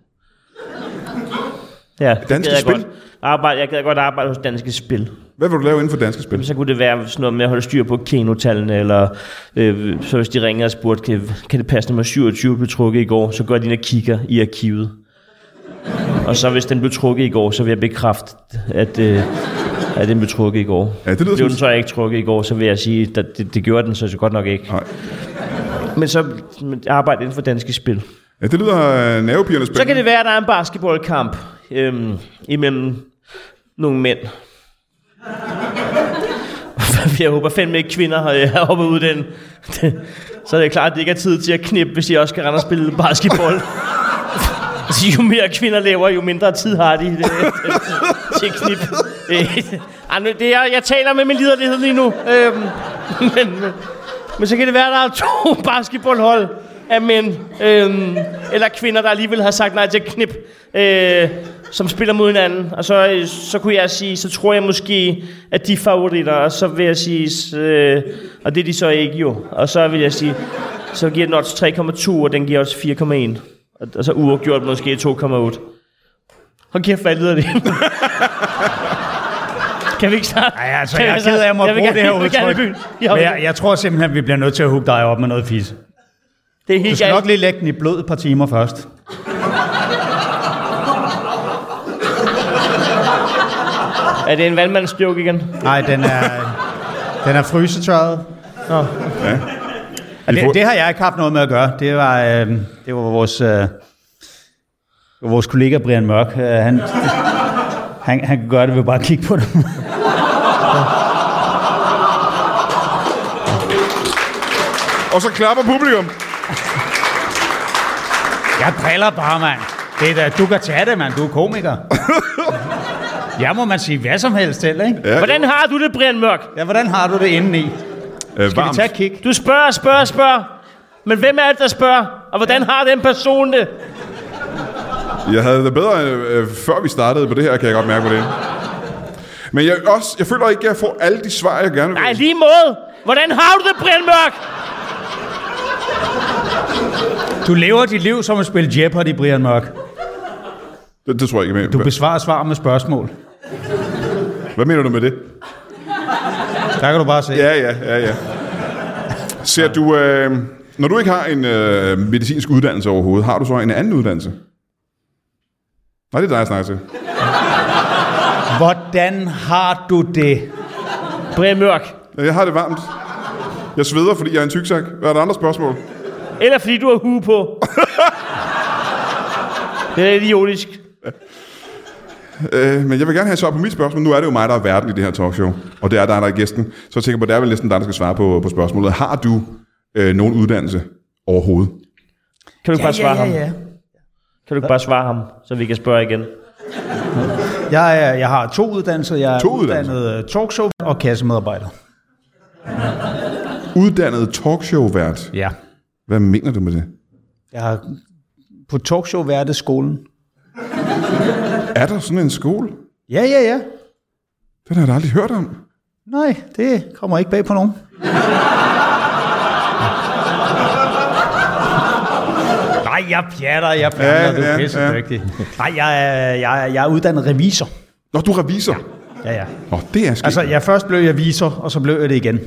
Ja, Danske jeg Spil? Godt arbejde, jeg gad godt arbejde hos Danske Spil. Hvad vil du lave inden for danske spil? Så kunne det være sådan noget med at holde styr på kenotallene, eller øh, så hvis de ringer og spurgte, kan, kan det passe, nummer syvogtyve blev trukket i går, så går de ind og kigger i arkivet. Og så hvis den blev trukket i går, så vil jeg bekræfte, at, øh, at den blev trukket i går. Ja, det lyder blev som... den så ikke trukket i går, så vil jeg sige, at det, det gjorde den så, så godt nok ikke. Nej. Men så arbejde inden for Danske Spil. Ja, det lyder øh, nervepirrende spil. Så kan det være, at der er en basketballkamp øhm, imellem nogle mænd. Jeg håber fandme ikke kvinder har hoppet ud den. Så er det klart, at det ikke er tid til at knippe, hvis de også skal rende og spille basketball. Jo mere kvinder laver, jo mindre tid har de det, til at knippe. Det er, jeg taler med min liderlighed lige nu. Øhm, men, men så kan det være, at der er to basketballhold af mænd, øhm, eller kvinder, der alligevel har sagt nej til at knip, øh, som spiller mod hinanden. Og så, så kunne jeg sige, så tror jeg måske, at de er favoritter, og så vil jeg sige, øh, og det er de så ikke jo. Og så vil jeg sige, så giver den odds tre komma to, og den giver også fire komma en. Og, og så uafgjort måske to komma otte. Hold kæft, hvad lyder det? Kan vi ikke starte? Ej, altså, jeg er ked af, at jeg må bruge det her udtryk. Men jeg, jeg tror simpelthen, at vi bliver nødt til at hugge dig op med noget fis. Det er helt du skal galt. nok lige lægge den i blød et par timer først. Er det en vandmandsjoke igen? Nej, den er, den er frysetørret. Nå. Ja. Det, det har jeg ikke haft noget med at gøre. Det var, øh, det var vores, øh, vores kollega Brian Mørk. Øh, han, han, han kan gøre det ved bare at kigge på det. Og så klapper publikum. Jeg driller bare, mand. Det er da, du kan tage det, mand. Du er komiker. Jeg må man sige hvad som helst til, ikke? Ja, Hvordan har du det, Brian Mørk? Ja, hvordan har du det indeni? øh, Skal vi tage et kig? Du spørger, spørger, spørger. Men hvem er det, der spørger? Og hvordan har den person det? Jeg havde det bedre, øh, før vi startede på det her, kan jeg godt mærke på det. Men jeg, også, jeg føler ikke, at jeg får alle de svar, jeg gerne vil. Nej, lige måde. Hvordan har du det, Brian Mørk? Du lever dit liv som at spille Jeopardy, Brian Mørk. Det, det tror jeg ikke med. Du besvarer svar med spørgsmål. Hvad mener du med det? Der kan du bare se. Ja, ja, ja, ja. Ser du, øh, når du ikke har en øh, medicinsk uddannelse overhovedet, har du så en anden uddannelse? Nej, det er dig, jeg snakker til. Hvordan har du det? Brian Mørk. Jeg har det varmt. Jeg sveder, fordi jeg er en tyksak. Hvad er der andre spørgsmål? Eller fordi du har hue på. Det er idiotisk. Øh, men jeg vil gerne have svar på mit spørgsmål. Nu er det jo mig, der er verden i det her talkshow. Og det er dig, der er gæsten. Så jeg tænker på, det er vel næsten dig, der skal svare på, på spørgsmålet. Har du øh, nogen uddannelse overhovedet? Kan du ikke Ja, bare svare ja, ja, ja. ham? Kan du ikke bare svare ham, så vi kan spørge igen? Jeg, er, jeg har to uddannelser. Jeg er To uddannet øh, talkshow og kassemedarbejder. Uddannet talkshow-vært. Ja. Hvad mener du med det? Jeg har på talkshow-værteskolen. Er der sådan en skole? Ja, ja, ja. Den har jeg da aldrig hørt om. Nej, det kommer ikke bag på nogen. Nej, jeg pjatter, jeg pjatter, Ja, du er ja, pisse ja. dygtig. Nej, jeg er, jeg, er, jeg er uddannet revisor. Nå, du er revisor. Ja, ja. Nå, det er skidt. Altså, jeg først blev jeg visor, og så blev jeg det igen.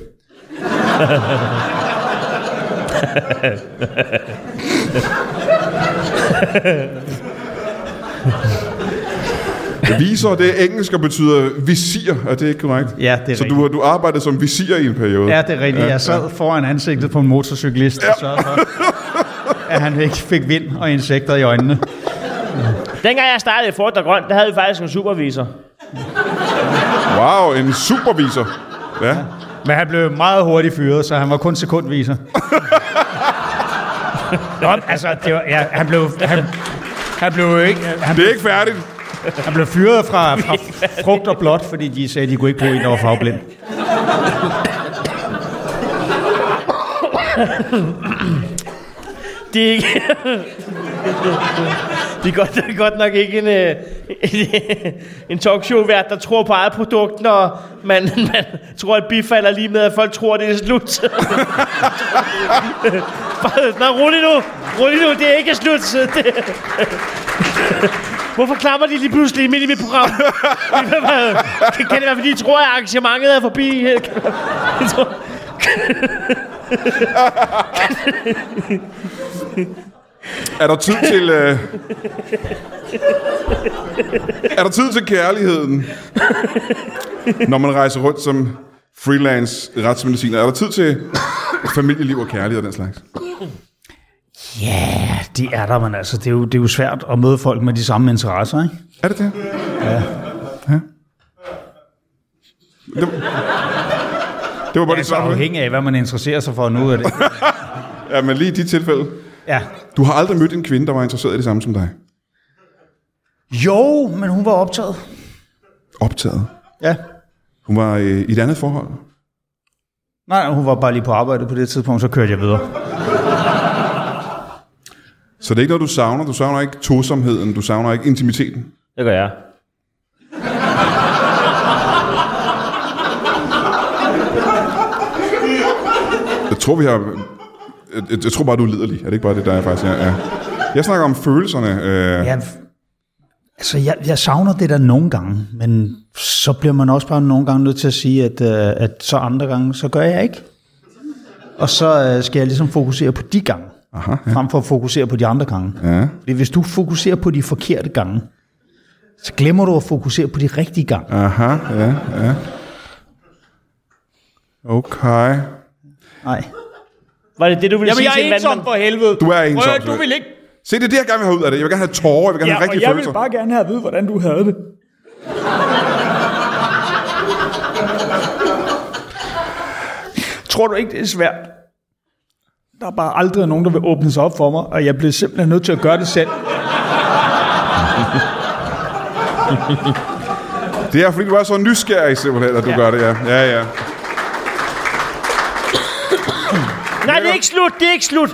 Visor, det er engelsk og betyder visir. Er det ikke korrekt? Ja, det er Så rigtigt. du, du arbejdede som visir i en periode? Ja, det er rigtigt. Jeg sad foran ansigtet på en motorcyklist og sørgede for, at han ikke fik vind og insekter i øjnene. Dengang jeg startede i Fort og Grøn, der havde vi faktisk en supervisor. Wow, en supervisor. Ja. Men han blev meget hurtigt fyret, så han var kun sekundviser. Nå, altså, det var, ja, han blev... Han, han blev jo ikke... Han, Det er ikke færdigt. han blev fyret fra, fra frugt og blåt, fordi de sagde, at de kunne ikke bruge en, der var farveblind. Det er ikke... Det er godt, det er godt nok ikke en, øh, en talkshow-vært, der tror på eget produkt, når man, man tror, at bifalder lige med, at folk tror, at det er slut. Nå, rolig nu. Rolig nu, det er ikke slut. Det... Hvorfor klapper de lige pludselig midt i mit program? Kan det være, fordi de tror, at arrangementet er forbi? Jeg tror... Er der tid til... Øh... Er der tid til kærligheden, når man rejser rundt som freelance retsmediciner? Er der tid til familieliv og kærlighed og den slags? Ja, det er der, men altså, det er, jo, det er jo svært at møde folk med de samme interesser, ikke? Er det det? Ja. Ja. Det, det var bare Ja, det så svar på det. afhængig af, hvad man interesserer sig for nu. Er det. Ja, men lige i de tilfælde. Ja. Du har aldrig mødt en kvinde, der var interesseret i det samme som dig? Jo, men hun var optaget. Optaget? Ja. Hun var øh, i et andet forhold? Nej, nej, hun var bare lige på arbejde på det tidspunkt, så kørte jeg videre. Så det er ikke noget, du savner? Du savner ikke tosomheden? Du savner ikke intimiteten? Det gør jeg. Jeg tror, vi har... Jeg, jeg tror bare, du er liderlig. Er det ikke bare det, der er faktisk? Ja, ja. Jeg snakker om følelserne. Øh... Ja, altså, jeg, jeg savner det der nogle gange, men så bliver man også bare nogle gange nødt til at sige, at, uh, at så andre gange, så gør jeg ikke. Og så uh, skal jeg ligesom fokusere på de gange, Aha, ja. frem for at fokusere på de andre gange. Ja. Fordi hvis du fokuserer på de forkerte gange, så glemmer du at fokusere på de rigtige gange. Aha, ja, ja. Okay. Nej. Var det det, du ville sige til en vandmand? for helvede. Du er ensom. Du vil ikke... Se, det er det, jeg gerne vil have ud af det. Jeg vil gerne have tårer. Jeg vil gerne Ja, have rigtige og jeg følelser. vil bare gerne have at vide, hvordan du havde det. Tror du ikke, det er svært? Der er bare aldrig nogen, der vil åbne sig op for mig, og jeg bliver simpelthen nødt til at gøre det selv. Det er, fordi du er så nysgerrig simpelthen, at du Ja. gør det, ja. Ja, ja. Nej, det er ikke slut, det er ikke slut.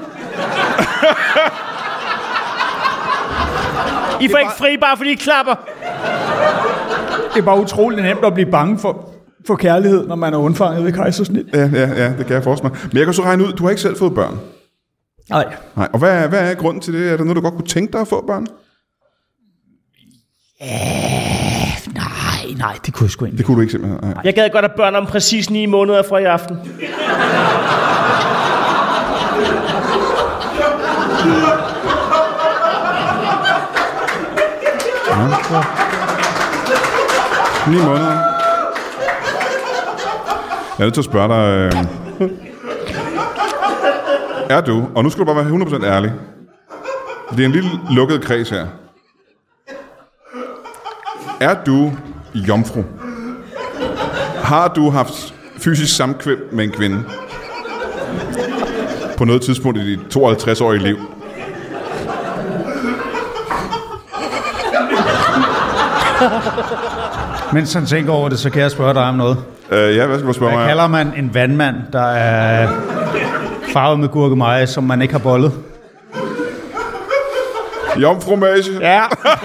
I får ikke fri, bare fordi I klapper. Det er bare utroligt nemt at blive bange for, for kærlighed, når man er undfanget ved kejsersnit. Ja, ja, ja, det kan jeg forestille mig. Men jeg kan så regne ud, du har ikke selv fået børn. Nej. Nej, og hvad, hvad er grunden til det? Er der noget, du godt kunne tænke dig at få børn? Øh, nej, nej, det kunne jeg sgu ikke. Det kunne du ikke simpelthen. Nej. Jeg gad godt have børn om præcis ni måneder fra i aften. ni måneder. Jeg er nødt til at spørge dig... Øh, er du, og nu skal du bare være hundrede procent ærlig. Det er en lille lukket kreds her. Er du jomfru? Har du haft fysisk samkvem med en kvinde? På noget tidspunkt i dit tooghalvtreds-årige liv? Mens han tænker over det, så kan jeg spørge dig om noget. Uh, ja, hvad skal du spørge Hvad mig? kalder man en vandmand, der er farvet med gurkemeje, som man ikke har bollet? Jomfrumage. Ja.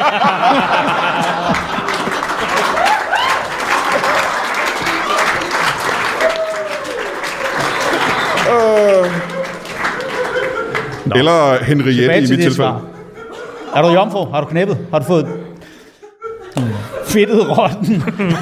uh. Eller Henriette i mit tilfælde. Svar. Er du jomfru? Har du knæppet? Har du fået fedtet rotten?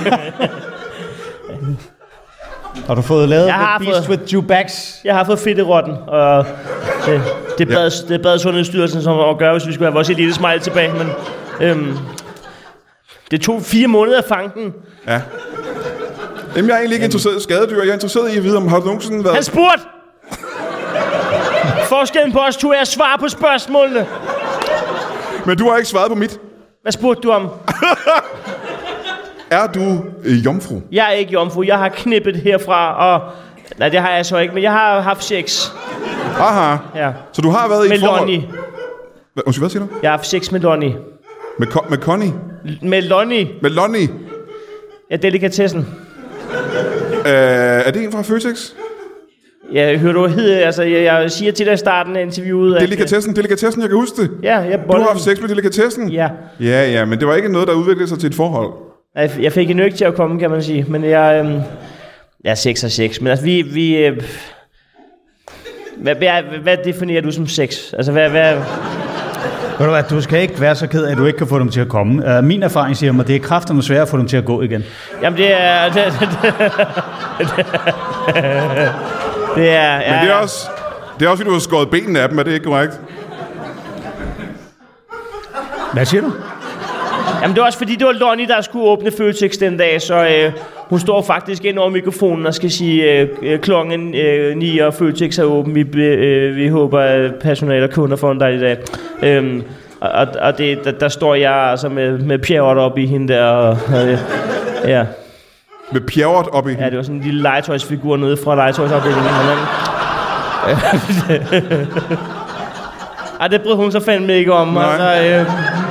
Har du fået lavet Jeg har The Beast fået- with Two Backs? Jeg har fået fedt i rotten, og det, det, bad, det bad Sundhedsstyrelsen som at gøre, hvis vi skulle have vores elite smile tilbage, men øhm, det tog fire måneder at fange den. Ja. Jamen, jeg er egentlig ikke interesseret i skadedyr. Jeg er interesseret i at vide, om har du nogensinde været... Han spurgte! Forskellen på os to er at svare på spørgsmålene. Men du har ikke svaret på mit. Hvad spurgte du om? Er du øh, jomfru? Jeg er ikke jomfru. Jeg har knippet herfra, og... Nej, det har jeg så ikke, men jeg har haft sex. Aha. Ja. Så du har været Med i et forhold... Lonnie. Hva, undskyld, hvad siger du? Jeg har haft sex med Lonnie. Med, Con- med Connie? Med Lonnie. Med Lonnie? Ja, delikatessen. Øh, er det en fra Føtex? Jeg hørte du hed, altså jeg, jeg siger til dig i starten af interviewet, at... Delikatessen, delikatessen, jeg kan huske det. Ja, jeg Du har haft sex med delikatessen? Ja. Ja, ja, men det var ikke noget, der udviklede sig til et forhold. Jeg, jeg fik en øk til at komme, kan man sige, men jeg... Øhm, ja, sex og sex, men altså vi... vi øh, hvad, hvad, hvad definerer du som sex? Altså, hvad... hvad Ved du hvad, du skal ikke være så ked af, at du ikke kan få dem til at komme. Uh, min erfaring siger mig, at det er kræfterne svært at få dem til at gå igen. Jamen, det er... Det, det, det, det er... Ja, Men det er også... Det er også, fordi du har skåret benene af dem, er det ikke korrekt? Hvad siger du? Jamen, det var også fordi, det var Lonnie, der skulle åbne Føtex den dag, så øh, hun står faktisk ind over mikrofonen og skal sige, øh, klokken øh, ni og Føtex er åben. Vi, øh, vi håber, at personale og kunder får en dejlig dag. Øhm, og og det, der, der står jeg altså med, med Pjerrot op i hende der. Og, øh, ja. Med Pjerrot op i... Ja, det var sådan en lille legetøjsfigur nede fra legetøjsafdelingen. Ej, det brød hun så fandme ikke om. Nej. Altså, øh,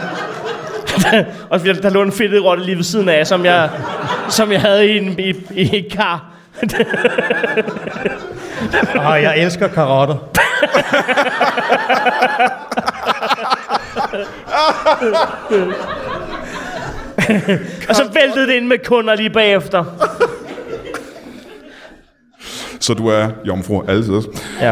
og der, der lå en fedtet rotte lige ved siden af, som jeg, som jeg havde i, en, i, i et kar. Åh, jeg elsker karotter. Og så væltede det ind med kunder lige bagefter. Så du er jomfru altid. Ja.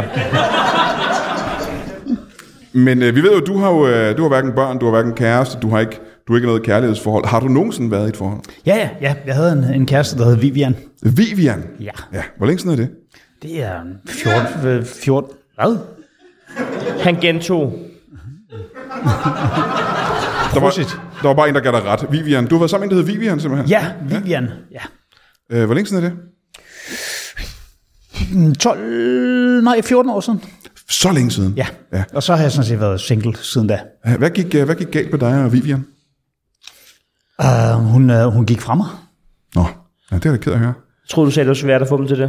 Men øh, vi ved jo, du har jo øh, du har hverken børn, du har hverken kæreste, du har ikke du har ikke noget kærlighedsforhold. Har du nogensinde været i et forhold? Ja, ja, ja. Jeg havde en, en kæreste, der hed Vivian. Vivian? Ja. Ja. Hvor længe siden er det? Det er fjorten... fjorten hvad? Der Han gentog. var, der var bare en, der gav dig ret. Vivian. Du har været sammen med en, der hed Vivian, simpelthen? Ja, Vivian. Ja. Øh, hvor længe siden er det? tolv... Nej, fjorten år siden. Så længe siden? Ja. Ja. Og så har jeg sådan set været single siden da. Hvad gik, hvad gik galt med dig og Vivian? Uh, hun, uh, hun gik fra mig. Nå, ja, det er da ked at høre. Jeg tror du sagde, det var svært at få dem til det.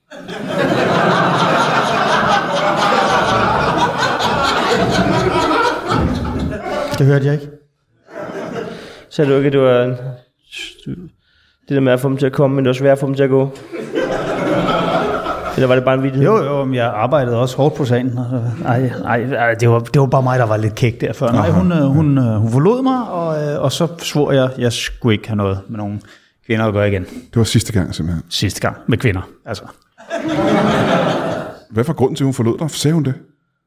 Det hørte jeg ikke. Sagde du ikke, at det var en... det der med at få dem til at komme, men det var svært at få dem til at gå? Eller var det bare en vittighed? Jo, jo, men jeg arbejdede også hårdt på sagen. Nej, nej, det var, det var bare mig, der var lidt kæk der før. Nej, hun, hun, hun forlod mig, og, og så svor jeg, jeg skulle ikke have noget med nogen kvinder at gøre igen. Det var sidste gang, simpelthen. Sidste gang med kvinder, altså. Hvad var grunden til, at hun forlod dig? Sagde hun det?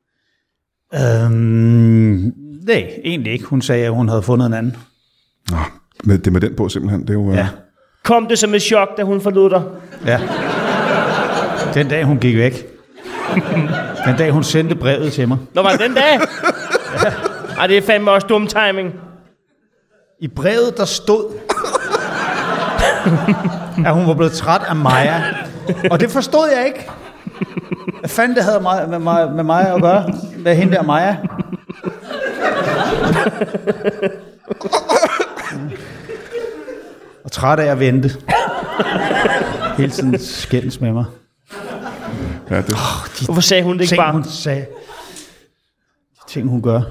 Øhm, nej, egentlig ikke. Hun sagde, at hun havde fundet en anden. Nå, med, det med den på, simpelthen. Det er jo, Ja. Kom det som et chok, da hun forlod dig? Ja. Den dag, hun gik væk. Den dag, hun sendte brevet til mig. Nå, var det den dag? Ja. Ej, det er fandme også dum timing. I brevet, der stod, at hun var blevet træt af Maja. Og det forstod jeg ikke. Hvad fanden det havde med, med, med, med mig at gøre? Med hende der Maja? Og træt af at vente. Hele tiden skændes med mig. Ja, det. Oh, de Hvorfor sagde hun det ikke ting, bare? Hun sagde, de ting, hun gør.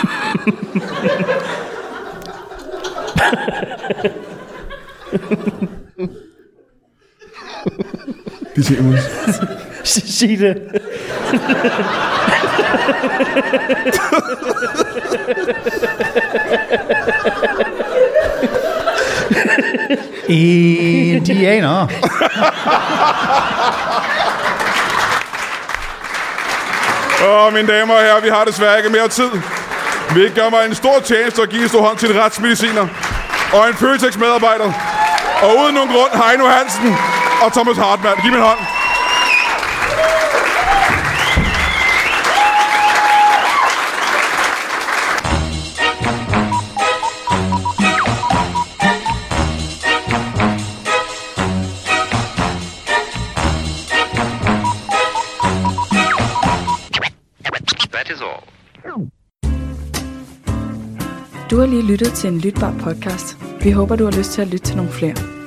De ting, hun... Sig det. Indianer. Åh, oh, mine damer og herrer, vi har desværre ikke mere tid. Vi gør mig en stor tjeneste og give en stor hånd til en retsmediciner og en Føtex-medarbejder. Og uden nogen grund, Heino Hansen og Thomas Hartmann. Giv min hånd. Du har lige lyttet til en lytbar podcast. Vi håber, du har lyst til at lytte til nogle flere.